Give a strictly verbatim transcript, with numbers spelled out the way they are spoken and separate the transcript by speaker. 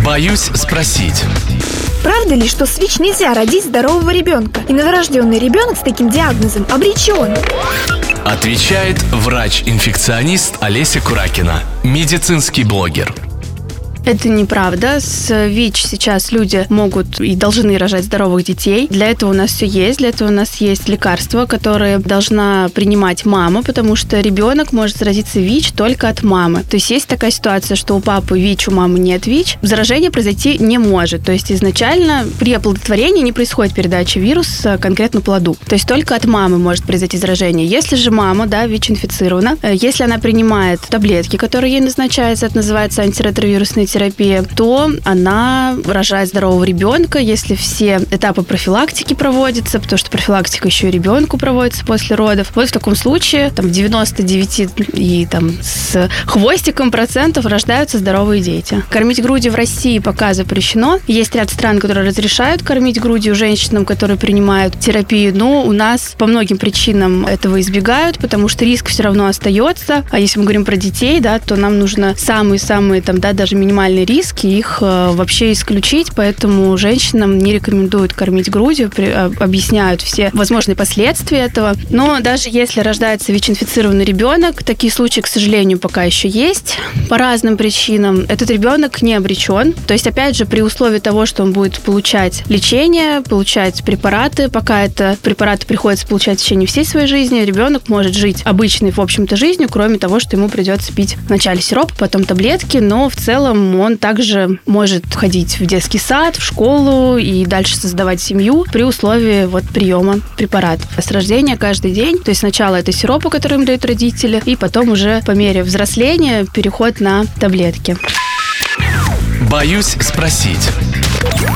Speaker 1: Боюсь спросить.
Speaker 2: Правда ли, что с ВИЧ нельзя родить здорового ребенка, и новорожденный ребенок с таким диагнозом обречен?
Speaker 1: Отвечает врач-инфекционист Олеся Куракина, медицинский блогер.
Speaker 3: Это неправда. С ВИЧ сейчас люди могут и должны рожать здоровых детей. Для этого у нас все есть. Для этого у нас есть лекарства, которые должна принимать мама, потому что ребенок может заразиться ВИЧ только от мамы. То есть есть такая ситуация, что у папы ВИЧ, у мамы нет ВИЧ. Заражение произойти не может. То есть изначально при оплодотворении не происходит передача вируса конкретно плоду. То есть только от мамы может произойти заражение. Если же мама, да, ВИЧ-инфицирована, если она принимает таблетки, которые ей назначаются, это называется антиретровирусная терапия, то она рожает здорового ребенка, если все этапы профилактики проводятся, потому что профилактика еще и ребенку проводится после родов. Вот в таком случае там в девяносто девять и там с хвостиком процентов рождаются здоровые дети. Кормить грудью в России пока запрещено. Есть ряд стран, которые разрешают кормить грудью женщинам, которые принимают терапию, но у нас по многим причинам этого избегают, потому что риск все равно остается. А если мы говорим про детей, да, то нам нужно самые-самые там, да, даже минимальные риски, их э, вообще исключить, поэтому женщинам не рекомендуют кормить грудью, при, э, объясняют все возможные последствия этого. Но даже если рождается ВИЧ-инфицированный ребенок, такие случаи, к сожалению, пока еще есть. По разным причинам этот ребенок не обречен. То есть, опять же, при условии того, что он будет получать лечение, получать препараты, пока это препараты приходится получать в течение всей своей жизни, ребенок может жить обычной, в общем-то, жизнью, кроме того, что ему придется пить вначале сироп, потом таблетки, но в целом он также может ходить в детский сад, в школу и дальше создавать семью при условии вот приема препаратов. С рождения каждый день, то есть сначала это сиропы, которые им дают родители, и потом уже по мере взросления переход на таблетки.
Speaker 1: Боюсь спросить.